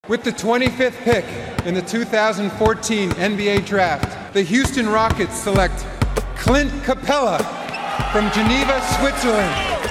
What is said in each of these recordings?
With the 25th pick in the 2014 NBA Draft, the Houston Rockets select Clint Capella from Geneva, Switzerland.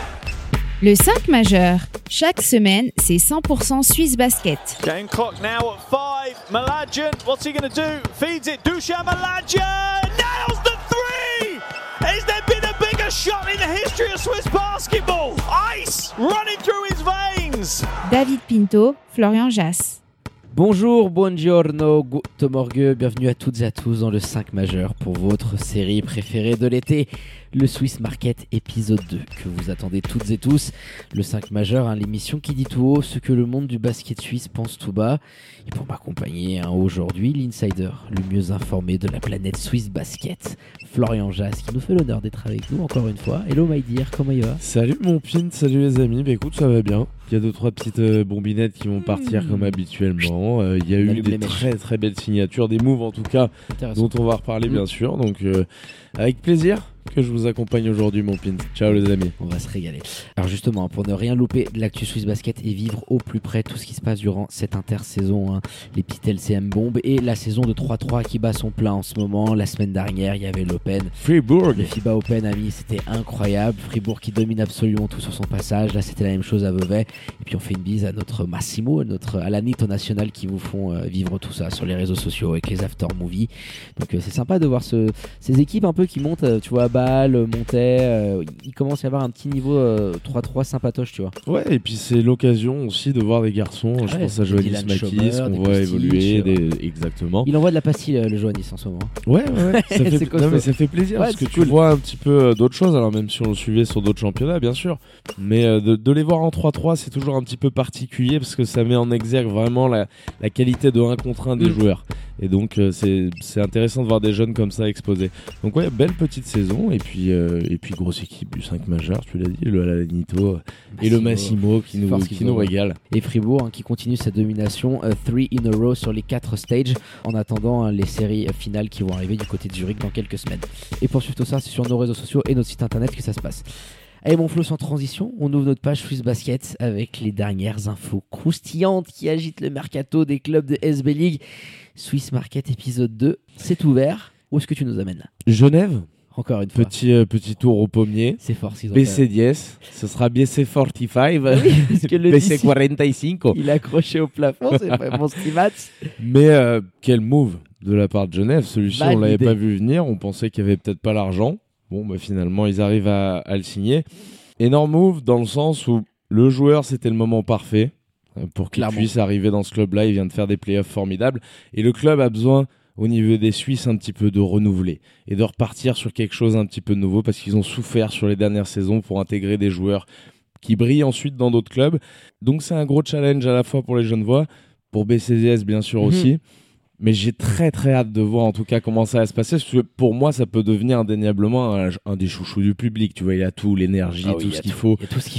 Le 5 majeur. Chaque semaine, c'est 100% Swiss Basket. Game clock now at 5. Malajan, what's he going to do? Feeds it. Dusan Malajan nails the three! Has there been a bigger shot in the history of Swiss basketball? Ice running through his veins. David Pinto, Florian Jass. Bonjour, buongiorno, guten Morgen, bienvenue à toutes et à tous dans le 5 majeur pour votre série préférée de l'été, le Swiss Market épisode 2, que vous attendez toutes et tous. Le 5 majeur, l'émission qui dit tout haut ce que le monde du basket suisse pense tout bas. Et pour m'accompagner aujourd'hui, l'insider le mieux informé de la planète Swiss Basket, Florian Jass, qui nous fait l'honneur d'être avec nous encore une fois. Hello my dear, comment il va? Salut mon pin, salut les amis, écoute ça va bien. Il y a 2-3 petites bombinettes qui vont partir comme habituellement. Il y a eu des très belles signatures, des moves en tout cas, dont on va reparler bien sûr. Donc avec plaisir que je vous accompagne aujourd'hui mon pin. Ciao les amis. On va se régaler. Alors justement, pour ne rien louper de l'actu Swiss Basket et vivre au plus près tout ce qui se passe durant cette intersaison, les petites LCM bombes et la saison de 3-3 qui bat son plein en ce moment. La semaine dernière, il y avait l'Open. Fribourg. Le FIBA Open, amis, c'était incroyable. Fribourg qui domine absolument tout sur son passage. Là, c'était la même chose à Vevey. Et puis on fait une bise à notre Massimo, à la NIT nationale qui vous font vivre tout ça sur les réseaux sociaux avec les after movies. Donc c'est sympa de voir ces équipes un peu qui montent, tu vois, Bâle, Montais, il commence à y avoir un petit niveau 3-3 sympatoche, tu vois. Ouais, et puis c'est l'occasion aussi de voir des garçons, je pense à Johannis Makis, qu'on voit évoluer, exactement. Il envoie de la pastille le Johannis en ce moment. Ouais, ça fait plaisir parce que tu vois un petit peu d'autres choses, alors même si on le suivait sur d'autres championnats bien sûr, mais de les voir en 3-3 c'est toujours un petit peu particulier parce que ça met en exergue vraiment la qualité de 1 contre 1 des joueurs. Et donc c'est intéressant de voir des jeunes comme ça exposés. Donc ouais, belle petite saison et puis grosse équipe du 5 majeur, tu l'as dit, le Alanito et le Massimo qui nous régale. Et Fribourg qui continue sa domination 3 in a row sur les 4 stages en attendant les séries finales qui vont arriver du côté de Zurich dans quelques semaines. Et pour suivre tout ça, c'est sur nos réseaux sociaux et notre site internet que ça se passe. Allez mon Flo, sans transition, on ouvre notre page Swiss Basket avec les dernières infos croustillantes qui agitent le mercato des clubs de SB League. Swiss Market épisode 2, c'est ouvert. Où est-ce que tu nous amènes? Genève. Encore une fois. Petit tour au pommier. C'est fort. BC10, ce sera BC45, oui, parce que le BC45. Il est accroché au plafond, c'est vraiment Stimats. Mais quel move de la part de Genève. Celui-ci, on l'avait pas vu venir. On pensait qu'il n'y avait peut-être pas l'argent. Bon, finalement, ils arrivent à le signer. Énorme move dans le sens où le joueur, c'était le moment parfait pour qu'il puisse arriver dans ce club-là. Il vient de faire des playoffs formidables. Et le club a besoin, au niveau des Suisses, un petit peu de renouveler et de repartir sur quelque chose un petit peu de nouveau parce qu'ils ont souffert sur les dernières saisons pour intégrer des joueurs qui brillent ensuite dans d'autres clubs. Donc, c'est un gros challenge à la fois pour les Genevois, pour BCDS bien sûr aussi. Mais j'ai très hâte de voir en tout cas comment ça va se passer parce que pour moi ça peut devenir indéniablement un des chouchous du public. Tu vois, il y a tout, l'énergie, tout ce qu'il faut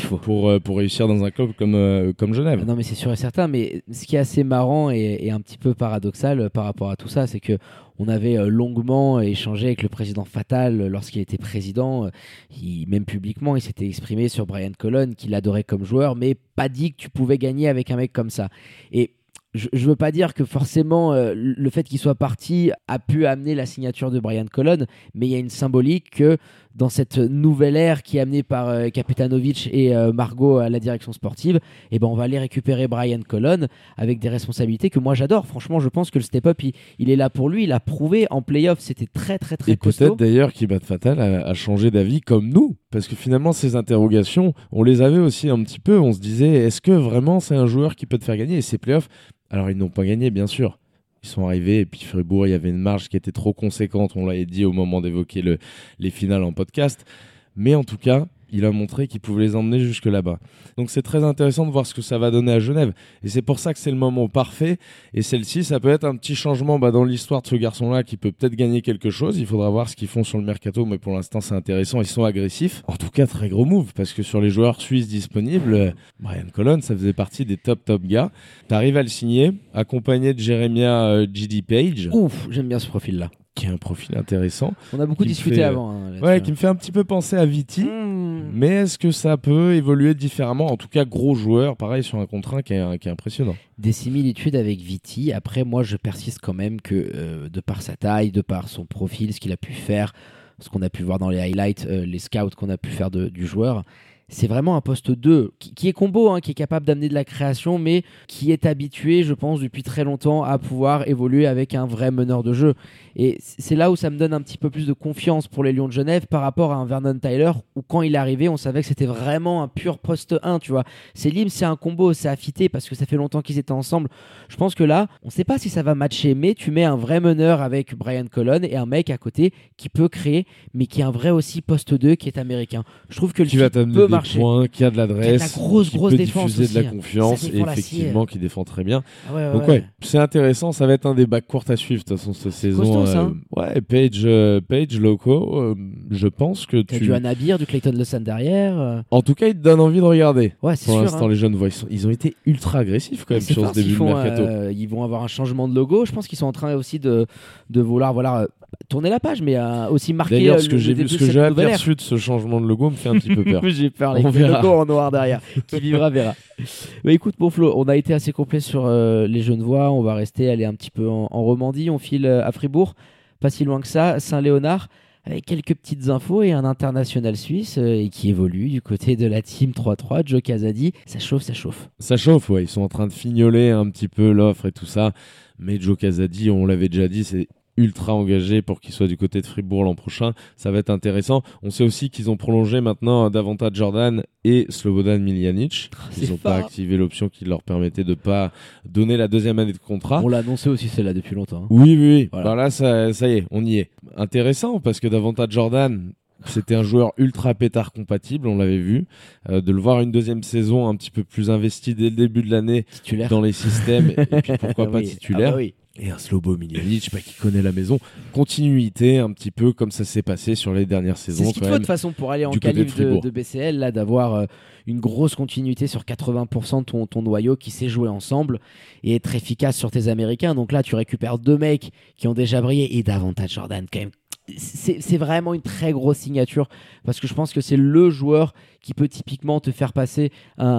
pour réussir dans un club comme Genève. Non mais c'est sûr et certain, mais ce qui est assez marrant et un petit peu paradoxal par rapport à tout ça, c'est que on avait longuement échangé avec le président Fatal lorsqu'il était président. Même publiquement, il s'était exprimé sur Brian Colon qu'il adorait comme joueur, mais pas dit que tu pouvais gagner avec un mec comme ça. Et je veux pas dire que forcément le fait qu'il soit parti a pu amener la signature de Brian Colon, mais il y a une symbolique que dans cette nouvelle ère qui est amenée par Kapetanovic et Margot à la direction sportive, on va aller récupérer Brian Colon avec des responsabilités que moi j'adore. Franchement, je pense que le step-up, il est là pour lui. Il a prouvé en play-off, c'était très et costaud. Peut-être d'ailleurs qu'Ibad Fatal a changé d'avis comme nous, parce que finalement ces interrogations, on les avait aussi un petit peu. On se disait, est-ce que vraiment c'est un joueur qui peut te faire gagner? Et ces play-offs, alors ils n'ont pas gagné bien sûr. Ils sont arrivés et puis Fribourg, il y avait une marge qui était trop conséquente, on l'avait dit au moment d'évoquer les finales en podcast. Mais en tout cas, il a montré qu'il pouvait les emmener jusque là-bas. Donc c'est très intéressant de voir ce que ça va donner à Genève. Et c'est pour ça que c'est le moment parfait. Et celle-ci, ça peut être un petit changement dans l'histoire de ce garçon-là qui peut peut-être gagner quelque chose. Il faudra voir ce qu'ils font sur le mercato, mais pour l'instant c'est intéressant. Ils sont agressifs. En tout cas, très gros move, parce que sur les joueurs suisses disponibles, Brian Colon, ça faisait partie des top gars. T'arrives à le signer, accompagné de Jeremiah G.D. Page. Ouf, j'aime bien ce profil-là. Qui a un profil intéressant. On a beaucoup discuté avant. Qui me fait un petit peu penser à Viti. Mais est-ce que ça peut évoluer différemment? En tout cas, gros joueur, pareil, sur un contre 1 qui est impressionnant. Des similitudes avec Viti. Après, moi, je persiste quand même que de par sa taille, de par son profil, ce qu'il a pu faire, ce qu'on a pu voir dans les highlights, les scouts qu'on a pu faire du joueur, c'est vraiment un poste 2 qui est combo, qui est capable d'amener de la création, mais qui est habitué, je pense, depuis très longtemps à pouvoir évoluer avec un vrai meneur de jeu. Et c'est là où ça me donne un petit peu plus de confiance pour les Lions de Genève par rapport à un Vernon Tyler, où quand il est arrivé, on savait que c'était vraiment un pur poste 1, tu vois. C'est libre, c'est un combo, c'est affité, parce que ça fait longtemps qu'ils étaient ensemble. Je pense que là, on ne sait pas si ça va matcher, mais tu mets un vrai meneur avec Brian Colon et un mec à côté qui peut créer, mais qui est un vrai aussi poste 2 qui est américain. Je trouve que le type peut marcher. Points, qui a de l'adresse, qui grosse peut défense diffuser aussi, de la confiance et effectivement qui défend très bien. Donc c'est intéressant, ça va être un des bacs courts à suivre de toute façon cette saison. Page Loco, je pense que tu as du Anabir, du Clayton Lawson derrière. En tout cas, il te donne envie de regarder. Ouais, c'est pour sûr, l'instant, les jeunes voix, ils ont été ultra agressifs quand même sur ce début de mercato. Ils vont avoir un changement de logo. Je pense qu'ils sont en train aussi de vouloir tourner la page, mais aussi marquer. D'ailleurs, ce que j'ai aperçu de ce changement de logo me fait un petit peu peur. J'ai peur, les logos en noir derrière. Qui vivra verra. Mais écoute, bon Flo, on a été assez complet sur les Genevois. On va aller un petit peu en Romandie. On file à Fribourg, pas si loin que ça, Saint-Léonard, avec quelques petites infos et un international suisse et qui évolue du côté de la team 3-3, Joe Casady. Ça chauffe, ouais. Ils sont en train de fignoler un petit peu l'offre et tout ça. Mais Joe Casady, on l'avait déjà dit, c'est ultra engagé pour qu'il soit du côté de Fribourg l'an prochain. Ça va être intéressant. On sait aussi qu'ils ont prolongé maintenant Davanta Jordan et Slobodan Miljanic. Ils n'ont pas activé l'option qui leur permettait de ne pas donner la deuxième année de contrat. On l'a annoncé aussi celle-là depuis longtemps. Oui. Voilà. Bah là, ça y est, on y est. Intéressant parce que Davanta Jordan, c'était un joueur ultra pétard compatible, on l'avait vu. De le voir une deuxième saison un petit peu plus investi dès le début de l'année titulaire dans les systèmes et puis pourquoi pas titulaire. Oui. Et un Slobo Miljanic qui connaît la maison. Continuité un petit peu comme ça s'est passé sur les dernières saisons. C'est ce qu'il faut de toute façon pour aller en qualif de BCL, là, d'avoir une grosse continuité sur 80% de ton noyau qui sait jouer ensemble et être efficace sur tes Américains. Donc là, tu récupères 2 mecs qui ont déjà brillé et davantage Jordan quand même. C'est vraiment une très grosse signature parce que je pense que c'est le joueur qui peut typiquement te faire passer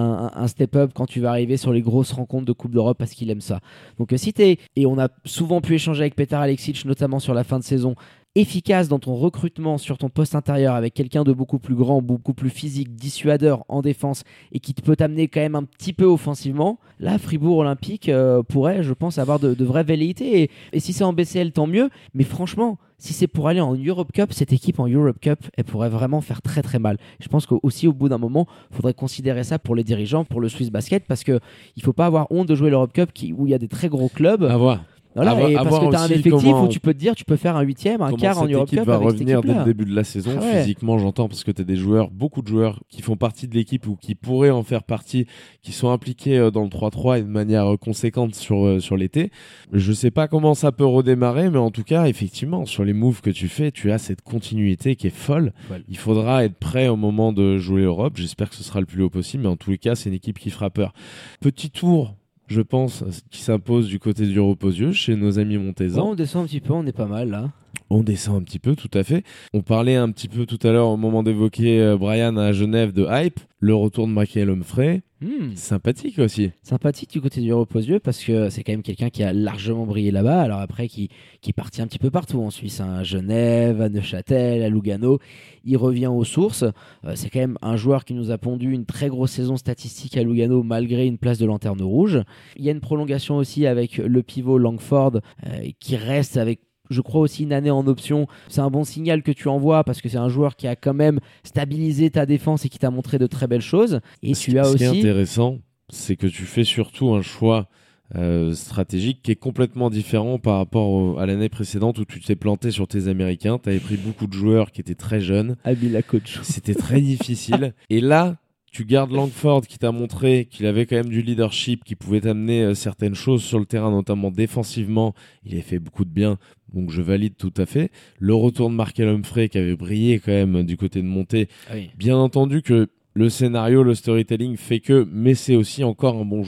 un step-up quand tu vas arriver sur les grosses rencontres de Coupe d'Europe parce qu'il aime ça. Donc si t'es, et on a souvent pu échanger avec Petar Aleksic notamment sur la fin de saison, efficace dans ton recrutement sur ton poste intérieur avec quelqu'un de beaucoup plus grand, beaucoup plus physique, dissuadeur en défense et qui peut t'amener quand même un petit peu offensivement, là Fribourg Olympique pourrait, je pense, avoir de vraies velléités et si c'est en BCL tant mieux, mais franchement si c'est pour aller en Europe Cup, cette équipe en Europe Cup, elle pourrait vraiment faire très très mal. Je pense qu'aussi au bout d'un moment, il faudrait considérer ça pour les dirigeants, pour le Swiss Basket, parce qu'il ne faut pas avoir honte de jouer l'Europe Cup où il y a des très gros clubs. À voir. Voilà, et parce que tu as un effectif où tu peux te dire tu peux faire un 8e, un quart en Europe Cup. Comment cette équipe va revenir dès le là. début de la saison, physiquement j'entends, parce que tu as des joueurs, beaucoup de joueurs qui font partie de l'équipe ou qui pourraient en faire partie, qui sont impliqués dans le 3-3 et de manière conséquente sur l'été. Je sais pas comment ça peut redémarrer, mais en tout cas, effectivement, sur les moves que tu fais, tu as cette continuité qui est folle. Il faudra être prêt au moment de jouer l'Europe. J'espère que ce sera le plus haut possible, mais en tous les cas, c'est une équipe qui fera peur. Petit tour, je pense, qui s'impose du côté du Reposieux chez nos amis montésans. On descend un petit peu, on est pas mal là. On descend un petit peu, tout à fait. On parlait un petit peu tout à l'heure au moment d'évoquer Brian à Genève de hype. Le retour de Michael Humphrey, sympathique aussi. Sympathique du côté du Reposieux parce que c'est quand même quelqu'un qui a largement brillé là-bas. Alors après, qui est parti un petit peu partout en Suisse, à Genève, à Neuchâtel, à Lugano. Il revient aux sources. C'est quand même un joueur qui nous a pondu une très grosse saison statistique à Lugano malgré une place de lanterne rouge. Il y a une prolongation aussi avec le pivot Langford qui reste avec, je crois, aussi une année en option. C'est un bon signal que tu envoies parce que c'est un joueur qui a quand même stabilisé ta défense et qui t'a montré de très belles choses. Et ce qui est intéressant, c'est que tu fais surtout un choix stratégique qui est complètement différent par rapport à l'année précédente où tu t'es planté sur tes Américains. Tu avais pris beaucoup de joueurs qui étaient très jeunes. Habile à coach. C'était très difficile. Et là, tu gardes Langford qui t'a montré qu'il avait quand même du leadership, qui pouvait t'amener certaines choses sur le terrain, notamment défensivement. Il a fait beaucoup de bien, donc je valide tout à fait. Le retour de Michael Humphrey qui avait brillé quand même du côté de Monté. Oui. Bien entendu que le scénario, le storytelling fait que, mais c'est aussi encore un bon joueur.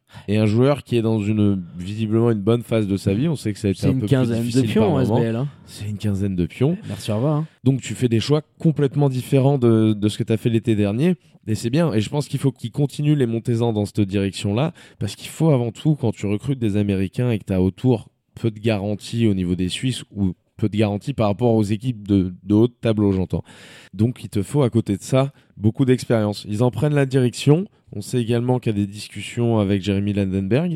Et un joueur qui est dans visiblement une bonne phase de sa vie, on sait que ça a été un peu plus difficile par moment. SBL, hein. C'est une quinzaine de pions. Merci, au revoir. Hein. Donc tu fais des choix complètement différents de ce que tu as fait l'été dernier. Et c'est bien. Et je pense qu'il faut qu'il continue les montées-en dans cette direction-là. Parce qu'il faut avant tout, quand tu recrutes des Américains et que tu as autour peu de garanties au niveau des Suisses ou peu de garanties par rapport aux équipes de haut de tableau, j'entends. Donc il te faut à côté de ça beaucoup d'expérience. Ils en prennent la direction. On sait également qu'il y a des discussions avec Jeremy Landenberg.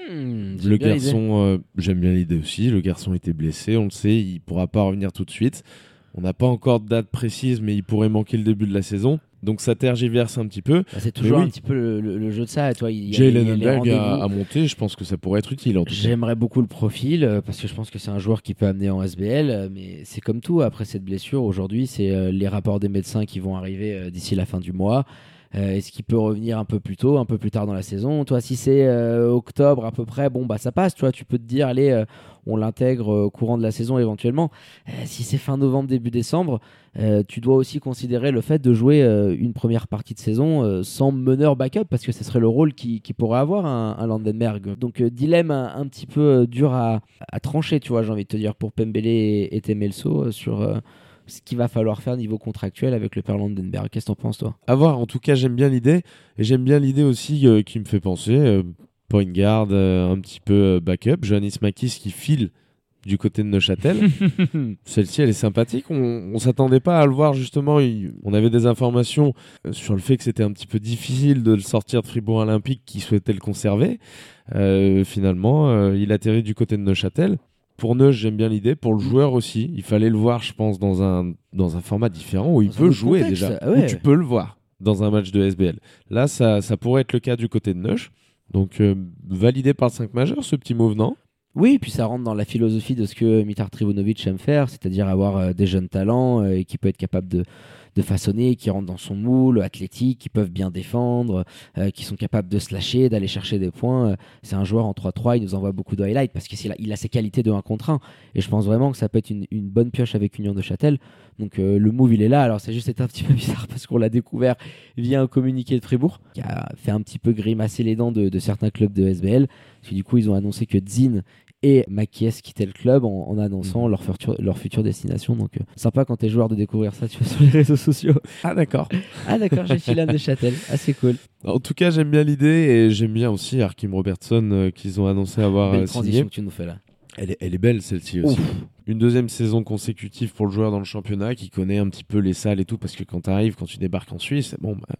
Le garçon, j'aime bien l'idée aussi. Le garçon était blessé, on le sait, il ne pourra pas revenir tout de suite. On n'a pas encore de date précise, mais il pourrait manquer le début de la saison. Donc ça tergiverse un petit peu. C'est toujours un petit peu le jeu de ça. Jay Landenberg a monté, je pense que ça pourrait être utile. J'aimerais beaucoup le profil parce que je pense que c'est un joueur qui peut amener en SBL, mais c'est comme tout. Après cette blessure, aujourd'hui, c'est les rapports des médecins qui vont arriver d'ici la fin du mois. Est-ce qu'il peut revenir un peu plus tôt, un peu plus tard dans la saison? Toi, si c'est octobre à peu près, bon bah ça passe. Tu vois, tu peux te dire, allez, on l'intègre au courant de la saison éventuellement. Si c'est fin novembre, début décembre, tu dois aussi considérer le fait de jouer une première partie de saison sans meneur backup, parce que ce serait le rôle qu'il pourrait avoir un Landenberg. Donc dilemme un petit peu dur à trancher, tu vois, j'ai envie de te dire, pour Pembele et Temelso sur ce qu'il va falloir faire niveau contractuel avec le père Landenberg. Qu'est-ce que t'en penses, toi? À voir. En tout cas, j'aime bien l'idée. Et j'aime bien l'idée aussi qui me fait penser, point guard, un petit peu backup. Johannes Makis qui file du côté de Neuchâtel. Celle-ci, elle est sympathique. On ne s'attendait pas à le voir, justement. On avait des informations sur le fait que c'était un petit peu difficile de le sortir de Fribourg Olympique, qui souhaitait le conserver. Finalement, il atterrit du côté de Neuchâtel. Pour Neuch, j'aime bien l'idée. Pour le joueur aussi, il fallait le voir, je pense, dans un format différent où il peut jouer déjà. Ouais. Où tu peux le voir dans un match de SBL. Là, ça pourrait être le cas du côté de Neuch. Donc, validé par le 5 majeur, ce petit move, non? Oui, et puis ça rentre dans la philosophie de ce que Mitar Trivunovic aime faire, c'est-à-dire avoir des jeunes talents et qui peut être capable de façonner, qui rentrent dans son moule, athlétiques, qui peuvent bien défendre, qui sont capables de se lâcher, d'aller chercher des points. C'est un joueur en 3-3, il nous envoie beaucoup de highlights parce qu'il a ses qualités de 1 contre 1. Et je pense vraiment que ça peut être une bonne pioche avec Union de Châtel. Donc le move, il est là. Alors c'est juste un petit peu bizarre parce qu'on l'a découvert via un communiqué de Fribourg qui a fait un petit peu grimacer les dents de certains clubs de SBL. Parce que du coup, ils ont annoncé que Zin et Makies quittaient le club en annonçant leur future destination. Donc sympa quand t'es joueur de découvrir ça, tu vois, sur les réseaux sociaux. Ah d'accord, j'ai filé de Châtel. Ah, c'est cool. En tout cas, j'aime bien l'idée et j'aime bien aussi Arkim Robertson qu'ils ont annoncé avoir belle signé. transition que tu nous fais là. Elle est belle celle-ci aussi. Ouf. Une deuxième saison consécutive pour le joueur dans le championnat qui connaît un petit peu les salles et tout, parce que quand tu débarques en Suisse,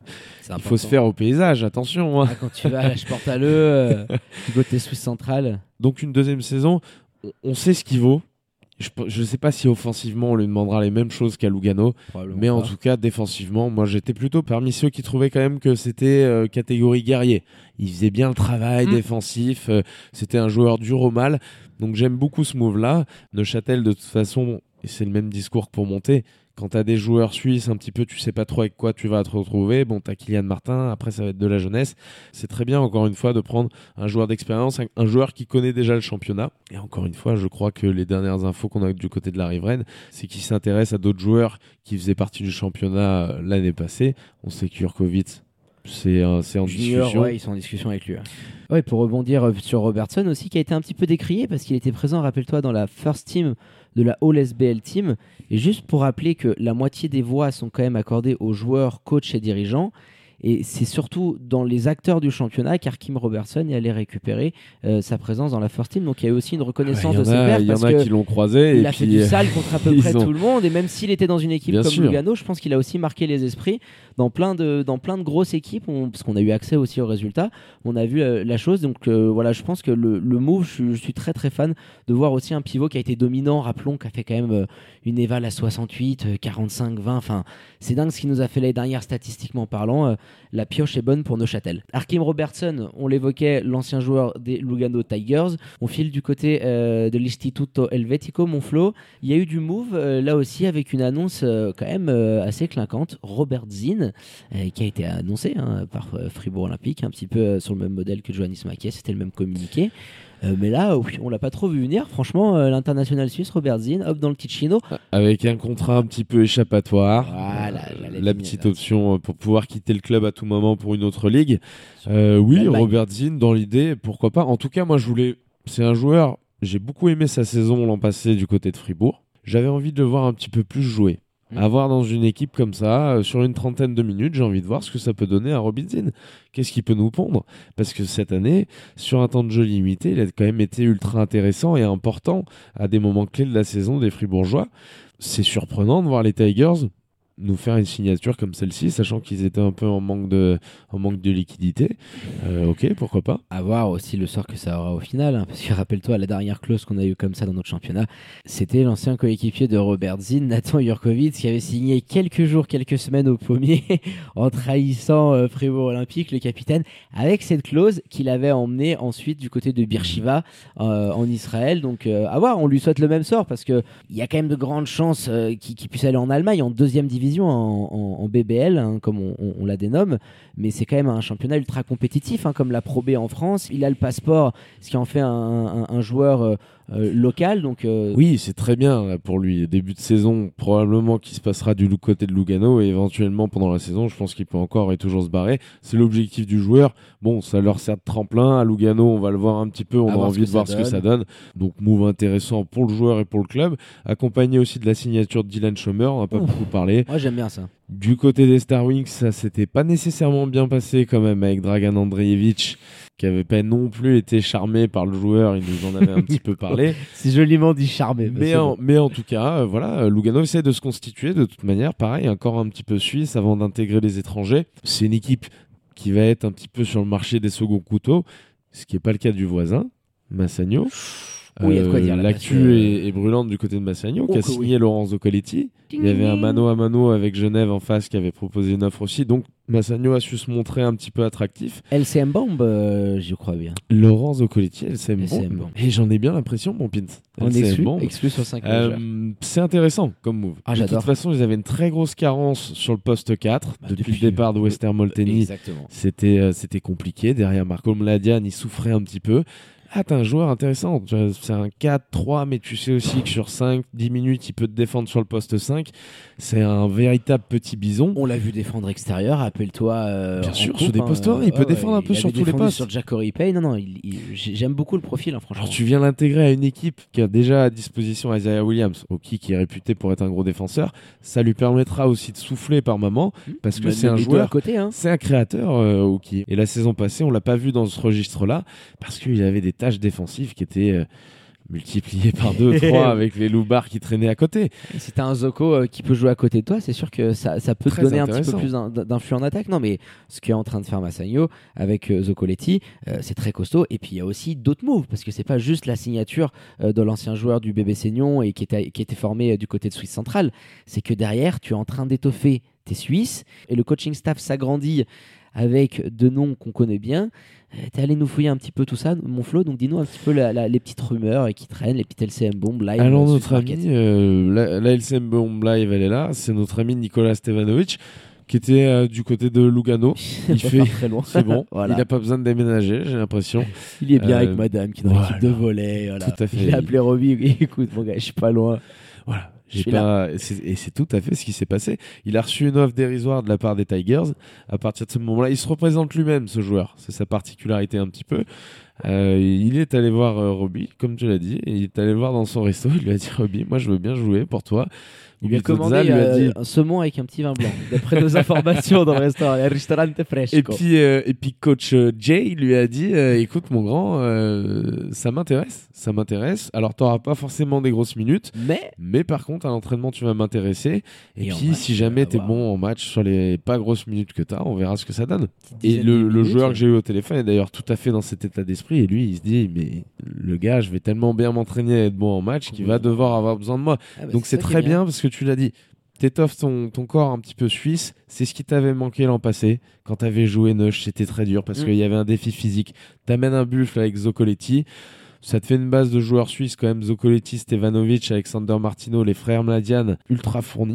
il faut se faire au paysage, attention. Hein. Ah, quand tu vas à la Sporthalle, du côté Suisse centrale. Donc une deuxième saison, on sait ce qu'il vaut. Je ne sais pas si offensivement on lui demandera les mêmes choses qu'à Lugano, mais en tout cas défensivement, moi j'étais plutôt parmi ceux qui trouvaient quand même que c'était catégorie guerrier. Il faisait bien le travail défensif, c'était un joueur dur au mal, donc j'aime beaucoup ce move-là. Neuchâtel de toute façon, et c'est le même discours que pour monter, quand tu as des joueurs suisses un petit peu, tu sais pas trop avec quoi tu vas te retrouver. Bon, tu as Kylian Martin, après ça va être de la jeunesse. C'est très bien, encore une fois, de prendre un joueur d'expérience, un joueur qui connaît déjà le championnat. Et encore une fois, je crois que les dernières infos qu'on a du côté de la riveraine, c'est qu'il s'intéresse à d'autres joueurs qui faisaient partie du championnat l'année passée. On sait que Jurkovic, c'est en discussion. Ouais, ils sont en discussion avec lui. Ouais, pour rebondir sur Robertson aussi, qui a été un petit peu décrié parce qu'il était présent, rappelle-toi, dans la first team de la All SBL Team. Et juste pour rappeler que la moitié des voix sont quand même accordées aux joueurs, coachs et dirigeants. Et c'est surtout dans les acteurs du championnat qu'Arkim Robertson est allé récupérer sa présence dans la first team. Donc il y a eu aussi une reconnaissance de ses pairs. Il y en a qui l'ont croisé. Il a fait du sale contre à peu près tout le monde. Et même s'il était dans une équipe comme Lugano, je pense qu'il a aussi marqué les esprits dans plein de grosses équipes. Parce qu'on a eu accès aussi aux résultats. On a vu la chose. Donc voilà, je pense que le move, je suis très très fan de voir aussi un pivot qui a été dominant. Rappelons qu'il a fait quand même une éval à 68, 45, 20. Enfin, c'est dingue ce qu'il nous a fait l'année dernière statistiquement parlant. La pioche est bonne pour Neuchâtel. Arkim Robertson, on l'évoquait, l'ancien joueur des Lugano Tigers. On file du côté de l'Istituto Helvetico, Monflo. Il y a eu du move là aussi avec une annonce quand même assez clinquante. Robert Zin, qui a été annoncé par Fribourg Olympique, un petit peu sur le même modèle que Johannes Makies, c'était le même communiqué. Mais là, on l'a pas trop vu venir. Franchement, l'international suisse, Robert Zinn, hop dans le Ticino. Avec un contrat un petit peu échappatoire. Voilà, la petite option pour pouvoir quitter le club à tout moment pour une autre ligue. Oui, Robert Zinn, dans l'idée, pourquoi pas. En tout cas, moi, c'est un joueur, j'ai beaucoup aimé sa saison l'an passé du côté de Fribourg. J'avais envie de le voir un petit peu plus jouer. Avoir dans une équipe comme ça, sur une trentaine de minutes, j'ai envie de voir ce que ça peut donner à Robin Zinn. Qu'est-ce qu'il peut nous pondre ? Parce que cette année, sur un temps de jeu limité, il a quand même été ultra intéressant et important à des moments clés de la saison des Fribourgeois. C'est surprenant de voir les Tigers nous faire une signature comme celle-ci, sachant qu'ils étaient un peu en manque de liquidité. Ok, pourquoi pas. À voir aussi le sort que ça aura au final, hein, parce que rappelle-toi, la dernière clause qu'on a eue comme ça dans notre championnat, c'était l'ancien coéquipier de Robert Zinn, Nathan Jurkovic, qui avait signé quelques semaines au pommier en trahissant Fribourg Olympique, le capitaine, avec cette clause qu'il avait emmené ensuite du côté de Beersheva en Israël. Donc à voir, on lui souhaite le même sort, parce qu'il y a quand même de grandes chances qu'il puisse aller en Allemagne, en deuxième division, en BBL, hein, comme on la dénomme, mais c'est quand même un championnat ultra compétitif, hein, comme la Pro B en France. Il a le passeport, ce qui en fait un joueur local. Donc, oui, c'est très bien là, pour lui. Début de saison, probablement qu'il se passera du côté de Lugano, et éventuellement pendant la saison, je pense qu'il peut encore et toujours se barrer. C'est l'objectif du joueur. Bon, ça leur sert de tremplin. À Lugano, on va le voir un petit peu, on a envie de voir ce que ça donne. Donc, move intéressant pour le joueur et pour le club. Accompagné aussi de la signature de Dylan Schomer, on n'a pas beaucoup parlé. Moi, j'aime bien ça. Du côté des Star Wings, ça s'était pas nécessairement bien passé quand même avec Dragan Andreevich, qui avait pas non plus été charmé par le joueur. Il nous en avait un petit peu parlé. C'est joliment dit charmé. Mais en tout cas, voilà, Lugano essaie de se constituer de toute manière. Pareil, encore un petit peu suisse avant d'intégrer les étrangers. C'est une équipe qui va être un petit peu sur le marché des seconds couteaux, ce qui n'est pas le cas du voisin, Massagno. Oui, il y a de quoi dire. L'actu est brûlante du côté de Massagno, qui a signé Lorenzo Coletti. Il y avait un mano à mano avec Genève en face qui avait proposé une offre aussi. Donc Massagno a su se montrer un petit peu attractif. LCM Bomb, je crois bien. Lorenzo Coletti, LCM Bomb. Et j'en ai bien l'impression, mon Pint. On exclut sur 5 c'est intéressant comme move. Ah, de toute façon, ils avaient une très grosse carence sur le poste 4. Depuis le départ de Wester Molteni, c'était compliqué. Derrière Marco Mladian, il souffrait un petit peu. Ah, t'as un joueur intéressant. C'est un 4-3, mais tu sais aussi que sur 5-10 minutes, il peut te défendre sur le poste 5. C'est un véritable petit bison. On l'a vu défendre extérieur, rappelle-toi. Bien sûr, sur des postes 1, il peut défendre un peu sur tous les postes. Sur Jackory Pay, j'aime beaucoup le profil, hein, franchement. Alors, tu viens l'intégrer à une équipe qui a déjà à disposition Isaiah Williams, qui est réputé pour être un gros défenseur. Ça lui permettra aussi de souffler par moment, parce que c'est un joueur, à côté, hein. C'est un créateur, Oki. Et la saison passée, on l'a pas vu dans ce registre-là, parce qu'il avait des tâches défensives qui étaient multipliées par 2-3 avec les loupards qui traînaient à côté. Et si t'as un Zoko qui peut jouer à côté de toi, c'est sûr que ça peut te donner un petit peu plus d'influx en attaque. Non, mais ce qu'est en train de faire Massagno avec Zocoletti, c'est très costaud. Et puis il y a aussi d'autres moves, parce que c'est pas juste la signature de l'ancien joueur du bébé Seignon et qui était formé du côté de Suisse centrale. C'est que derrière, tu es en train d'étoffer tes Suisses et le coaching staff s'agrandit avec de noms qu'on connaît bien. T'es allé nous fouiller un petit peu tout ça, mon Flo, donc dis-nous un petit peu les petites rumeurs qui traînent, les petites LCM Bomb Live. Alors notre ami, la LCM Bomb Live, elle est là, c'est notre ami Nicolas Stevanovic, qui était du côté de Lugano. Il fait très loin. C'est bon, voilà. Il n'a pas besoin de déménager, j'ai l'impression. Il est bien avec madame qui est dans l'équipe de volley. Voilà. Tout à fait. Il a appelé Robbie, écoute mon gars, je suis pas loin. Voilà. Et c'est tout à fait ce qui s'est passé. Il a reçu une offre dérisoire de la part des Tigers. À partir de ce moment-là, il se représente lui-même, ce joueur. C'est sa particularité un petit peu. Il est allé voir Robbie, comme tu l'as dit, et il est allé le voir dans son resto. Il lui a dit: Robbie, moi je veux bien jouer pour toi. Il lui a commandé un saumon avec un petit vin blanc, d'après nos informations dans le restaurant, le ristorante fresco. Et puis coach Jay lui a dit: écoute mon grand, ça m'intéresse. Alors t'auras pas forcément des grosses minutes, mais par contre à l'entraînement tu vas m'intéresser. Et puis si jamais t'es bon en match sur les pas grosses minutes que t'as, on verra ce que ça donne. Et le joueur que j'ai eu au téléphone est d'ailleurs tout à fait dans cet état d'esprit. Et lui il se dit: mais le gars, je vais tellement bien m'entraîner à être bon en match qu'il va devoir avoir besoin de moi. Donc c'est très bien parce que tu l'as dit, t'étoffes ton corps un petit peu suisse. C'est ce qui t'avait manqué l'an passé. Quand t'avais joué Neuch, c'était très dur parce qu'il y avait un défi physique. T'amènes un buffle avec Zocoletti. Ça te fait une base de joueurs suisses quand même. Zocoletti, Stevanovic, Alexander Martino, les frères Mladian, ultra fournis.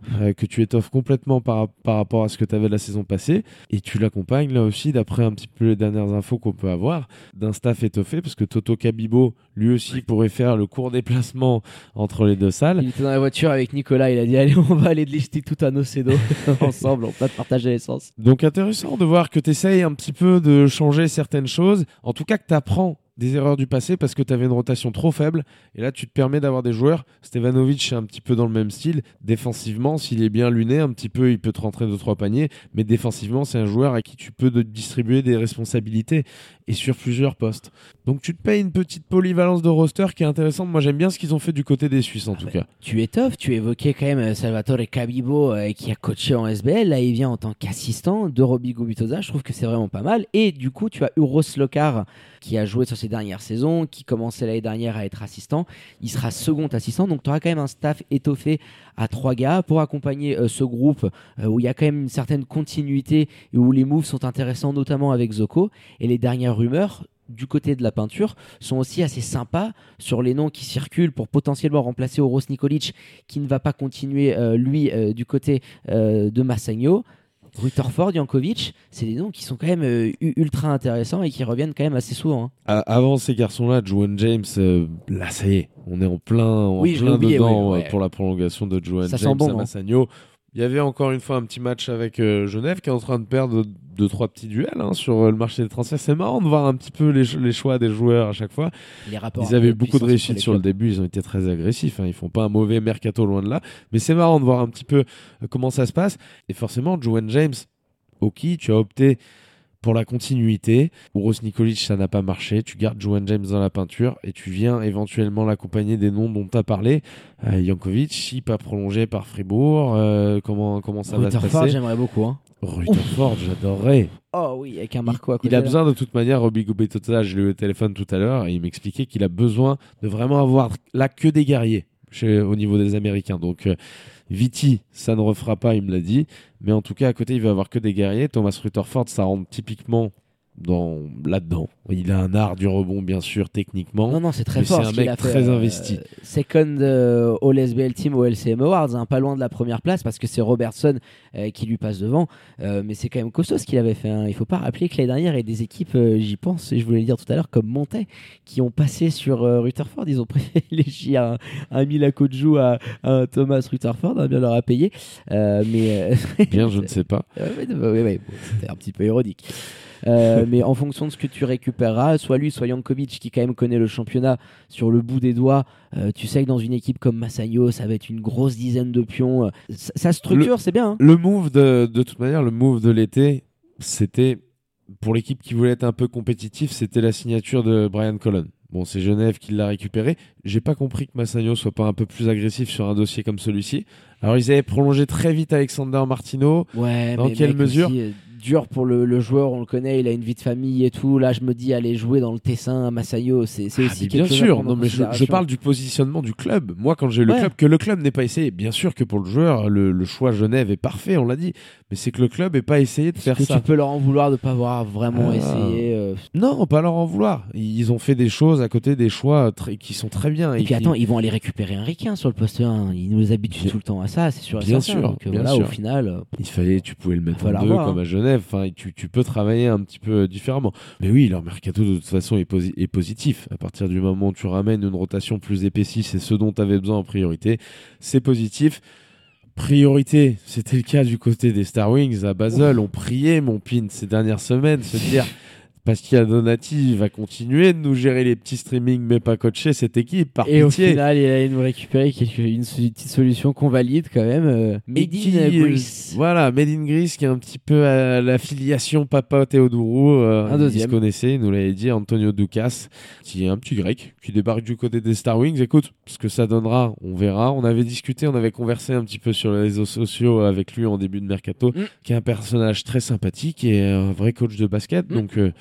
que tu étoffes complètement par rapport à ce que tu avais la saison passée, et tu l'accompagnes là aussi, d'après un petit peu les dernières infos qu'on peut avoir, d'un staff étoffé, parce que Toto Kabibo, lui aussi, pourrait faire le court déplacement entre les deux salles. Il était dans la voiture avec Nicolas, il a dit allez, on va aller lister tout à Nocedo ensemble, on va partager l'essence. Donc intéressant de voir que tu essayes un petit peu de changer certaines choses, en tout cas que tu apprends des erreurs du passé parce que tu avais une rotation trop faible, et là tu te permets d'avoir des joueurs. Stevanovic est un petit peu dans le même style, défensivement s'il est bien luné un petit peu il peut te rentrer 2-3 paniers, mais défensivement c'est un joueur à qui tu peux distribuer des responsabilités et sur plusieurs postes. Donc tu te payes une petite polyvalence de roster qui est intéressante. Moi j'aime bien ce qu'ils ont fait du côté des Suisses en tout cas. Tu étoffes, tu évoquais quand même Salvatore Kabibo qui a coaché en SBL, là il vient en tant qu'assistant de Robbie Gubitoza, je trouve que c'est vraiment pas mal, et du coup tu as Uros Lokar qui a joué sur ses dernières saisons, qui commençait l'année dernière à être assistant, il sera second assistant, donc tu auras quand même un staff étoffé à 3 gars pour accompagner ce groupe où il y a quand même une certaine continuité et où les moves sont intéressants, notamment avec Zoko. Et les dernières rumeurs du côté de la peinture sont aussi assez sympas sur les noms qui circulent pour potentiellement remplacer Uros Nikolic qui ne va pas continuer lui du côté de Massagno. Rutherford, Jankovic, c'est des noms qui sont quand même ultra intéressants et qui reviennent quand même assez souvent. Avant ces garçons-là, Juwan James, là ça y est, on est en plein dedans pour la prolongation de Juwan James à Massagno. Il y avait encore une fois un petit match avec Genève qui est en train de perdre 2-3 petits duels sur le marché des transferts. C'est marrant de voir un petit peu les choix des joueurs à chaque fois. Ils avaient beaucoup de réussite sur le début, ils ont été très agressifs. Ils font pas un mauvais mercato loin de là. Mais c'est marrant de voir un petit peu comment ça se passe. Et forcément, Juwan James, ok, tu as opté pour la continuité. Uros Nikolic, ça n'a pas marché. Tu gardes Juwan James dans la peinture et tu viens éventuellement l'accompagner des noms dont tu as parlé. Jankovic, il pas prolongé par Fribourg. Comment ça va se passer? Rutherford, j'aimerais beaucoup. Rutherford, j'adorerais. Oh oui, avec un Marco à côté. Il a besoin de toute manière, Robbie Gubitoza, je l'ai eu au téléphone tout à l'heure et il m'expliquait qu'il a besoin de vraiment avoir là que des guerriers au niveau des Américains. Donc Viti, ça ne refera pas, il me l'a dit. Mais en tout cas, à côté, il va avoir que des guerriers. Thomas Rutherford, ça rentre typiquement là-dedans. Il a un art du rebond, bien sûr, techniquement. Non, c'est très fort. C'est un mec très investi. Second All-SBL Team au LCM Awards, pas loin de la première place parce que c'est Robertson qui lui passe devant. Mais c'est quand même costaud ce qu'il avait fait. Il ne faut pas rappeler que l'année dernière, il y a des équipes, j'y pense, et je voulais le dire tout à l'heure, comme Montais, qui ont passé sur Rutherford. Ils ont privilégié un Mila Kodjou à un Thomas Rutherford, bien leur a payé. Bien, je ne sais pas. Oui, c'était un petit peu ironique. Mais en fonction de ce que tu récupéreras, soit lui, soit Jankovic qui quand même connaît le championnat sur le bout des doigts, tu sais que dans une équipe comme Massagno, ça va être une grosse dizaine de pions. Ça structure, c'est bien. Le move de toute manière, le move de l'été, c'était pour l'équipe qui voulait être un peu compétitif, c'était la signature de Brian Colon. Bon, c'est Genève qui l'a récupéré. J'ai pas compris que Massagno soit pas un peu plus agressif sur un dossier comme celui-ci. Alors ils avaient prolongé très vite Alexander Martino. Ouais, dans quelle mesure aussi, dur pour le joueur, on le connaît, il a une vie de famille et tout. Là, je me dis, aller jouer dans le Tessin à Massagno, c'est aussi quelque chose. Bien sûr, non, mais je parle du positionnement du club. Moi, quand j'ai eu le club, que le club n'ait pas essayé, bien sûr que pour le joueur, le choix Genève est parfait, on l'a dit. Mais c'est que le club n'ait pas essayé de faire ça. Tu peux leur en vouloir de ne pas avoir vraiment essayé. Non, pas leur en vouloir. Ils ont fait des choses à côté des choix qui sont très bien. Et puis attends, ils vont aller récupérer un Ricain sur le poste 1. Ils nous habituent tout le temps à ça, c'est sûr. Bien sûr. Donc, bien voilà, sûr. Au final, tu pouvais le mettre en 2 comme à Genève. Enfin, tu peux travailler un petit peu différemment. Mais oui, leur mercato de toute façon est positif. À partir du moment où tu ramènes une rotation plus épaissie, c'est ce dont tu avais besoin en priorité. C'est positif. Priorité, c'était le cas du côté des Star Wings à Basel. On priait, mon pin, ces dernières semaines, se dire Pascal Donati va continuer de nous gérer les petits streamings, mais pas coacher cette équipe, par pitié. Et au final, il allait nous récupérer une petite solution qu'on valide quand même. Made in Greece. Voilà, Made in Greece, qui est un petit peu à l'affiliation Papa Théodourou. Un deuxième. Il se connaissait, il nous l'avait dit, Antonio Doukas, qui est un petit grec, qui débarque du côté des Star Wings. Écoute, ce que ça donnera, on verra. On avait discuté, on avait conversé un petit peu sur les réseaux sociaux avec lui en début de mercato, qui est un personnage très sympathique et un vrai coach de basket. Donc,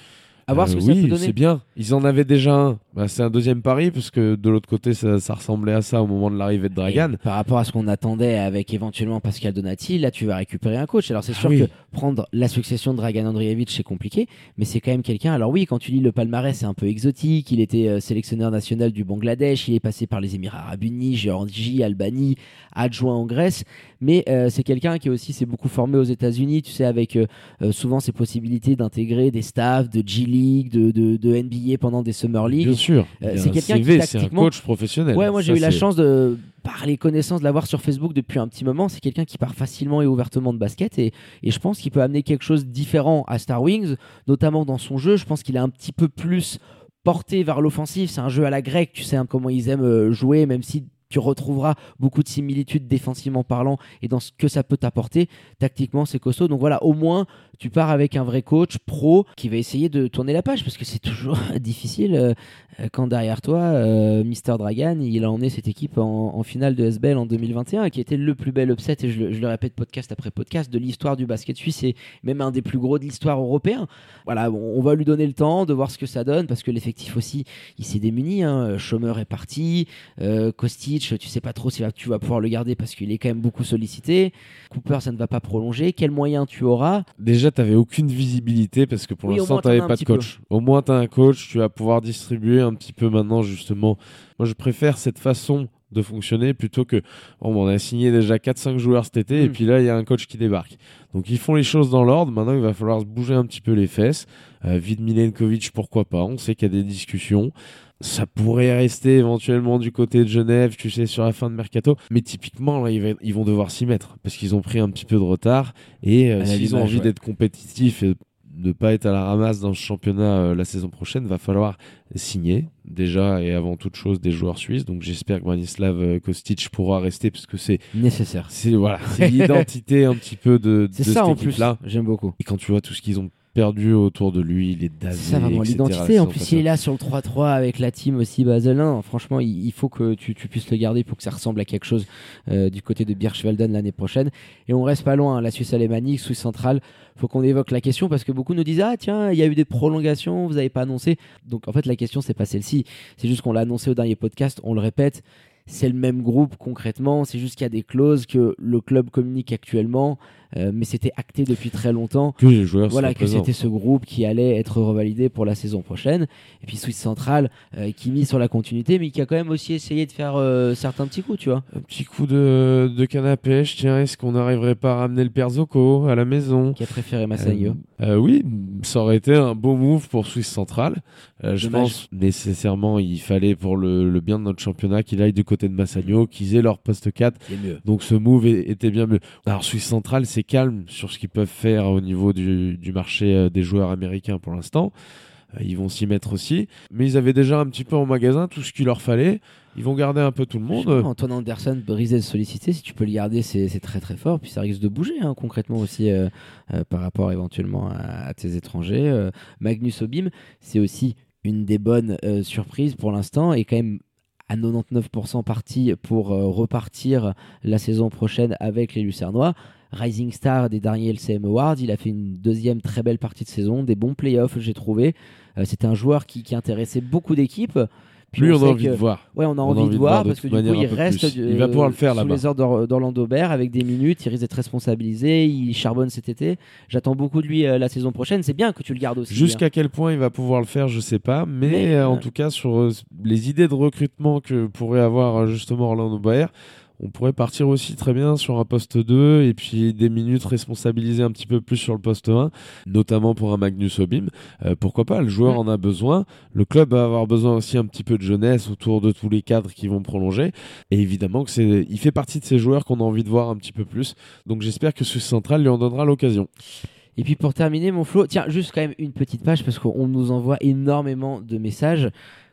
À voir ce que ça peut donner. C'est bien. Ils en avaient déjà un. C'est un deuxième pari, parce que de l'autre côté, ça ressemblait à ça au moment de l'arrivée de Dragan. Et par rapport à ce qu'on attendait avec éventuellement Pascal Donati, là, tu vas récupérer un coach. Alors, c'est sûr que prendre la succession de Dragan Andreevich, c'est compliqué, mais c'est quand même quelqu'un. Alors oui, quand tu lis le palmarès, c'est un peu exotique. Il était sélectionneur national du Bangladesh. Il est passé par les Émirats Arabes Unis, Géorgie, Albanie, adjoint en Grèce. Mais c'est quelqu'un qui aussi s'est beaucoup formé aux États-Unis, tu sais, avec souvent ces possibilités d'intégrer des staffs de G-League, de NBA pendant des Summer League. Bien sûr. C'est quelqu'un qui tactiquement... C'est un coach professionnel. Ouais, moi j'ai eu la chance de, par les connaissances, de l'avoir sur Facebook depuis un petit moment. C'est quelqu'un qui part facilement et ouvertement de basket et je pense qu'il peut amener quelque chose de différent à Star Wings, notamment dans son jeu. Je pense qu'il est un petit peu plus porté vers l'offensive. C'est un jeu à la grecque, tu sais comment ils aiment jouer, même si tu retrouveras beaucoup de similitudes défensivement parlant et dans ce que ça peut t'apporter. Tactiquement, c'est costaud. Donc voilà, au moins, tu pars avec un vrai coach pro qui va essayer de tourner la page parce que c'est toujours difficile quand derrière toi, Mr. Dragan, il a emmené cette équipe en finale de SBL en 2021 qui était le plus bel upset, et je le répète podcast après podcast, de l'histoire du basket suisse et même un des plus gros de l'histoire européen. Voilà, on va lui donner le temps de voir ce que ça donne parce que l'effectif aussi, il s'est démuni. Schomer est parti, Kostic, tu sais pas trop si tu vas pouvoir le garder parce qu'il est quand même beaucoup sollicité. Cooper, ça ne va pas prolonger. Quels moyens tu auras? Déjà, tu n'avais aucune visibilité parce que pour l'instant, tu n'avais pas de coach. Au moins, tu as un coach, tu vas pouvoir distribuer un petit peu maintenant, justement. Moi, je préfère cette façon de fonctionner plutôt que on a signé déjà 4-5 joueurs cet été et puis là, il y a un coach qui débarque. Donc, ils font les choses dans l'ordre. Maintenant, il va falloir se bouger un petit peu les fesses. Vid Milenkovic, pourquoi pas? On sait qu'il y a des discussions. Ça pourrait rester éventuellement du côté de Genève, tu sais, sur la fin de Mercato. Mais typiquement, là, ils vont devoir s'y mettre parce qu'ils ont pris un petit peu de retard. Et s'ils ont envie d'être compétitifs et de ne pas être à la ramasse dans ce championnat la saison prochaine, va falloir signer déjà et avant toute chose des joueurs suisses. Donc j'espère que Branislav Kostic pourra rester parce que c'est nécessaire. C'est l'identité un petit peu de c'est cette ça en équipe-là. Plus. J'aime beaucoup. Et quand tu vois tout ce qu'ils ont perdu autour de lui, il est davé. C'est ça vraiment l'identité. En plus, il est là sur le 3-3 avec la team aussi Basel 1. Franchement, il faut que tu puisses le garder pour que ça ressemble à quelque chose du côté de Birchwalden l'année prochaine. Et on reste pas loin. La Suisse alémanique, Suisse centrale. Faut qu'on évoque la question parce que beaucoup nous disent tiens, il y a eu des prolongations, vous n'avez pas annoncé. Donc en fait, la question c'est pas celle-ci. C'est juste qu'on l'a annoncé au dernier podcast. On le répète. C'est le même groupe concrètement, c'est juste qu'il y a des clauses que le club communique actuellement, mais c'était acté depuis très longtemps. Que les joueurs que c'était ce groupe qui allait être revalidé pour la saison prochaine. Et puis Suisse Centrale qui mise sur la continuité, mais qui a quand même aussi essayé de faire certains petits coups, tu vois. Un petit coup de canne à pêche, tiens, est-ce qu'on n'arriverait pas à ramener le père Zoko à la maison? Qui a préféré Massagno. Oui, ça aurait été un beau move pour Suisse Centrale. Je pense nécessairement il fallait pour le bien de notre championnat qu'il aille du côté de Massagno, qu'ils aient leur poste 4. Donc ce move était bien mieux. Alors Suisse Centrale, c'est calme sur ce qu'ils peuvent faire au niveau du marché des joueurs américains pour l'instant. Ils vont s'y mettre aussi. Mais ils avaient déjà un petit peu en magasin tout ce qu'il leur fallait. Ils vont garder un peu tout le monde. Antoine Anderson risque de solliciter. Si tu peux le garder, c'est très très fort. Puis ça risque de bouger concrètement aussi par rapport éventuellement à tes étrangers. Magnus Obim, c'est aussi une des bonnes surprises pour l'instant et quand même à 99% parti pour repartir la saison prochaine avec les Lucernois. Rising Star des derniers LCM Awards, il a fait une deuxième très belle partie de saison, des bons playoffs, j'ai trouvé. C'était un joueur qui intéressait beaucoup d'équipes. Puis on a envie de voir. Ouais, on a envie de voir parce que du coup, il reste il va pouvoir le faire sous les ordres d'Orlando Bear avec des minutes. Il risque d'être responsabilisé. Il charbonne cet été. J'attends beaucoup de lui la saison prochaine. C'est bien que tu le gardes aussi. Jusqu'à quel point il va pouvoir le faire, je sais pas. Mais en tout cas, sur les idées de recrutement que pourrait avoir justement Orlando Bear, on pourrait partir aussi très bien sur un poste 2 et puis des minutes responsabilisées un petit peu plus sur le poste 1, notamment pour un Magnus Obim. Pourquoi pas, le joueur en a besoin. Le club va avoir besoin aussi un petit peu de jeunesse autour de tous les cadres qui vont prolonger. Et évidemment, il fait partie de ces joueurs qu'on a envie de voir un petit peu plus. Donc j'espère que Suisse Centrale lui en donnera l'occasion. Et puis pour terminer, mon Flo, tiens, juste quand même une petite page parce qu'on nous envoie énormément de messages.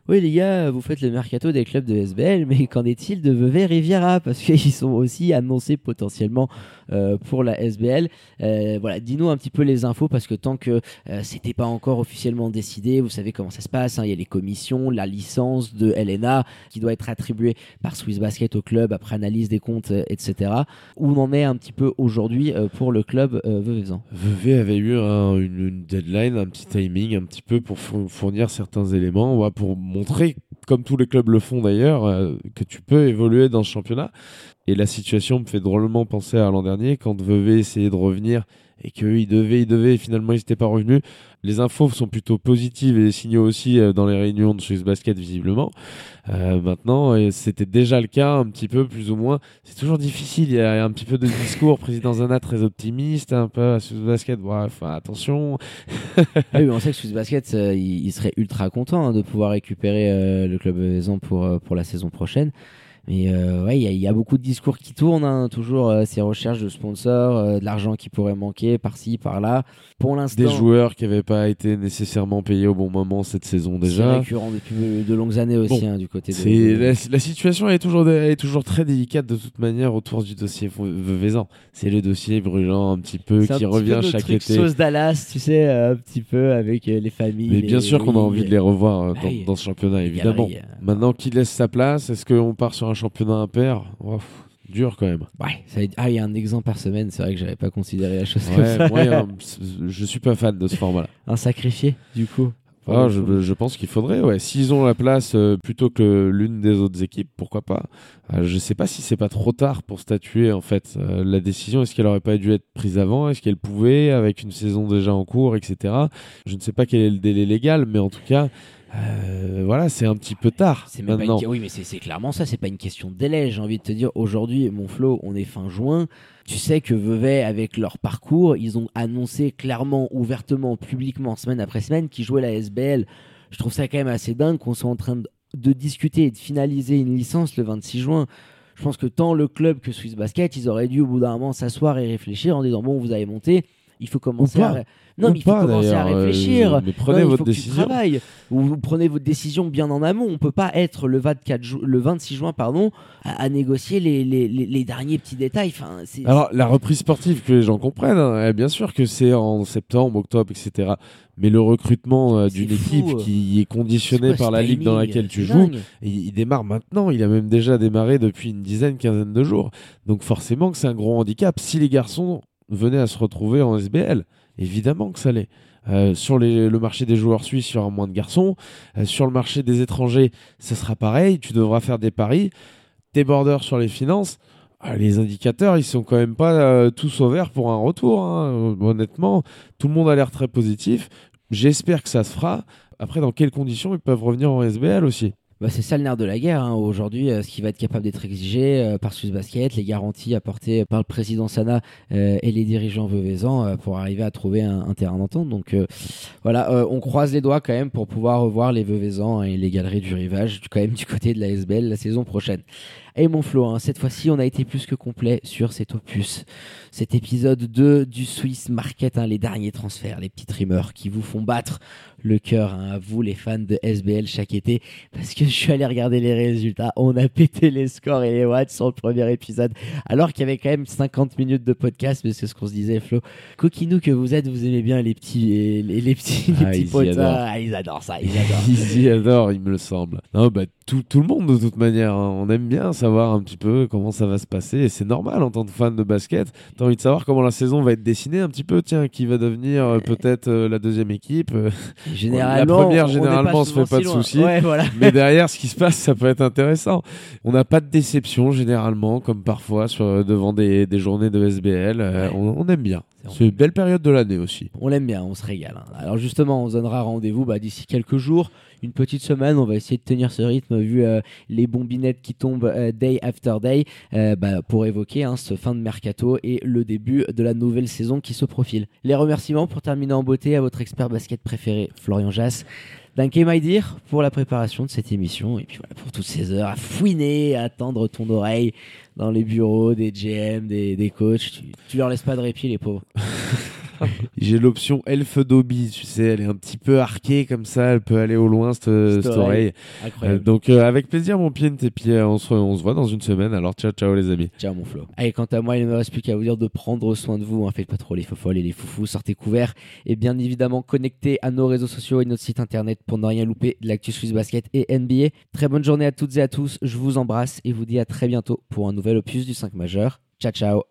oui les gars, vous faites le mercato des clubs de SBL, mais qu'en est-il de Vevey Riviera, parce qu'ils sont aussi annoncés potentiellement pour la SBL. Voilà, dis-nous un petit peu les infos, parce que tant que c'était pas encore officiellement décidé, vous savez comment ça se passe, hein, il y a les commissions, la licence de LNA qui doit être attribuée par Swiss Basket au club après analyse des comptes, etc. Où on en est un petit peu aujourd'hui pour le club veveysan? Vevey avait eu une deadline, un petit timing un petit peu pour fournir certains éléments, pour montrer, comme tous les clubs le font d'ailleurs, que tu peux évoluer dans ce championnat. Et la situation me fait drôlement penser à l'an dernier, quand Vevey essayait de revenir et qu'ils devaient, et finalement ils n'étaient pas revenus. Les infos sont plutôt positives et les signaux aussi dans les réunions de Swiss Basket visiblement. Maintenant, c'était déjà le cas un petit peu, plus ou moins. C'est toujours difficile, il y a un petit peu de discours, président Zana très optimiste, un peu à Swiss Basket, attention. Oui, on sait que Swiss Basket, il serait ultra content de pouvoir récupérer le club veveysan pour la saison prochaine. Mais il y a beaucoup de discours qui tournent, hein, toujours ces recherches de sponsors, de l'argent qui pourrait manquer par-ci, par-là. Pour l'instant, des joueurs qui n'avaient pas été nécessairement payés au bon moment cette saison déjà. C'est récurrent depuis de longues années aussi, du côté La situation est toujours très délicate de toute manière autour du dossier veveysan. C'est le dossier brûlant un petit peu qui revient chaque été. C'est sauce Dallas, tu sais, un petit peu avec les familles. Mais bien sûr qu'on a envie de les revoir dans ce championnat, évidemment. Maintenant, qui laisse sa place? Est-ce qu'on part sur un championnat impair? Dur quand même. Il y a un exemple par semaine, c'est vrai que j'avais pas considéré la chose comme ça. Moi, je suis pas fan de ce format-là. Un sacrifié, du coup. Je pense qu'il faudrait, s'ils ont la place plutôt que l'une des autres équipes, pourquoi pas. Je sais pas si c'est pas trop tard pour statuer en fait. La décision, est-ce qu'elle aurait pas dû être prise avant? Est-ce qu'elle pouvait, avec une saison déjà en cours, etc. Je ne sais pas quel est le délai légal, mais en tout cas, c'est un petit peu tard maintenant. Oui, mais c'est clairement ça, c'est pas une question de délai. J'ai envie de te dire, aujourd'hui, mon Flo, on est fin juin. Tu sais que Vevey, avec leur parcours, ils ont annoncé clairement, ouvertement, publiquement, semaine après semaine, qu'ils jouaient la SBL. Je trouve ça quand même assez dingue qu'on soit en train de discuter et de finaliser une licence le 26 juin. Je pense que tant le club que Swiss Basket, ils auraient dû au bout d'un moment s'asseoir et réfléchir en disant, bon, vous avez monté, il faut commencer à réfléchir. Mais prenez votre décision. Vous prenez votre décision bien en amont. On peut pas être le 26 juin à négocier les derniers petits détails. Alors la reprise sportive, que les gens comprennent, bien sûr que c'est en septembre, octobre, etc. Mais le recrutement d'une équipe qui est conditionné par la ligue dans laquelle tu joues, il démarre maintenant. Il a même déjà démarré depuis une quinzaine de jours. Donc forcément que c'est un gros handicap. Si les garçons venaient à se retrouver en SBL, évidemment que ça l'est. Sur le marché des joueurs suisses, il y aura moins de garçons. Sur le marché des étrangers, ça sera pareil. Tu devras faire des paris. Tes borders sur les finances, les indicateurs, ils sont quand même pas tous au vert pour un retour. Hein. Honnêtement, tout le monde a l'air très positif. J'espère que ça se fera. Après, dans quelles conditions ils peuvent revenir en SBL aussi? C'est ça le nerf de la guerre, hein. Aujourd'hui, ce qui va être capable d'être exigé par Swiss Basket, les garanties apportées par le président Sana et les dirigeants veuveysans pour arriver à trouver un terrain d'entente. Donc on croise les doigts quand même pour pouvoir revoir les veuveysans et les galeries du rivage quand même du côté de la SBL la saison prochaine. Et mon Flo, cette fois-ci, on a été plus que complet sur cet opus, cet épisode 2 du Swiss Market, les derniers transferts, les petits trimeurs qui vous font battre le cœur, à vous les fans de SBL chaque été, parce que je suis allé regarder les résultats, on a pété les scores et les watts sur le premier épisode, alors qu'il y avait quand même 50 minutes de podcast, mais c'est ce qu'on se disait, Flo. Coquinou que vous êtes, vous aimez bien les petits potas. Ils adorent ça, Ils y adorent, il me le semble. Non, tout le monde de toute manière, on aime bien savoir un petit peu comment ça va se passer, et c'est normal en tant que fan de basket, t'as envie de savoir comment la saison va être dessinée un petit peu, qui va devenir peut-être la deuxième équipe. Généralement, la première, on se fait pas de soucis, mais derrière ce qui se passe, ça peut être intéressant. On n'a pas de déception généralement, comme parfois devant des journées de SBL. On aime bien. C'est une belle période de l'année aussi. On l'aime bien, on se régale. Alors justement, on se donnera rendez-vous d'ici quelques jours, une petite semaine. On va essayer de tenir ce rythme vu les bombinettes qui tombent day after day pour évoquer ce fin de mercato et le début de la nouvelle saison qui se profile. Les remerciements pour terminer en beauté à votre expert basket préféré, Florian Jass. Danke my dear pour la préparation de cette émission et puis voilà pour toutes ces heures à fouiner, à tendre ton oreille dans les bureaux des GM, des coachs. Tu leur laisses pas de répit les pauvres. J'ai l'option Elfe Dobby, tu sais, elle est un petit peu arquée comme ça, elle peut aller au loin cette oreille. Incroyable. Donc avec plaisir mon Pint, et puis on se voit dans une semaine, alors ciao les amis. Ciao mon Flo. Allez, quant à moi, il ne me reste plus qu'à vous dire de prendre soin de vous, hein. Faites pas trop les fofolles et les foufous, sortez couverts et bien évidemment connectez à nos réseaux sociaux et notre site internet pour ne rien louper de l'actu Swiss Basket et NBA. Très bonne journée à toutes et à tous, je vous embrasse et vous dis à très bientôt pour un nouvel opus du 5 majeur. Ciao ciao.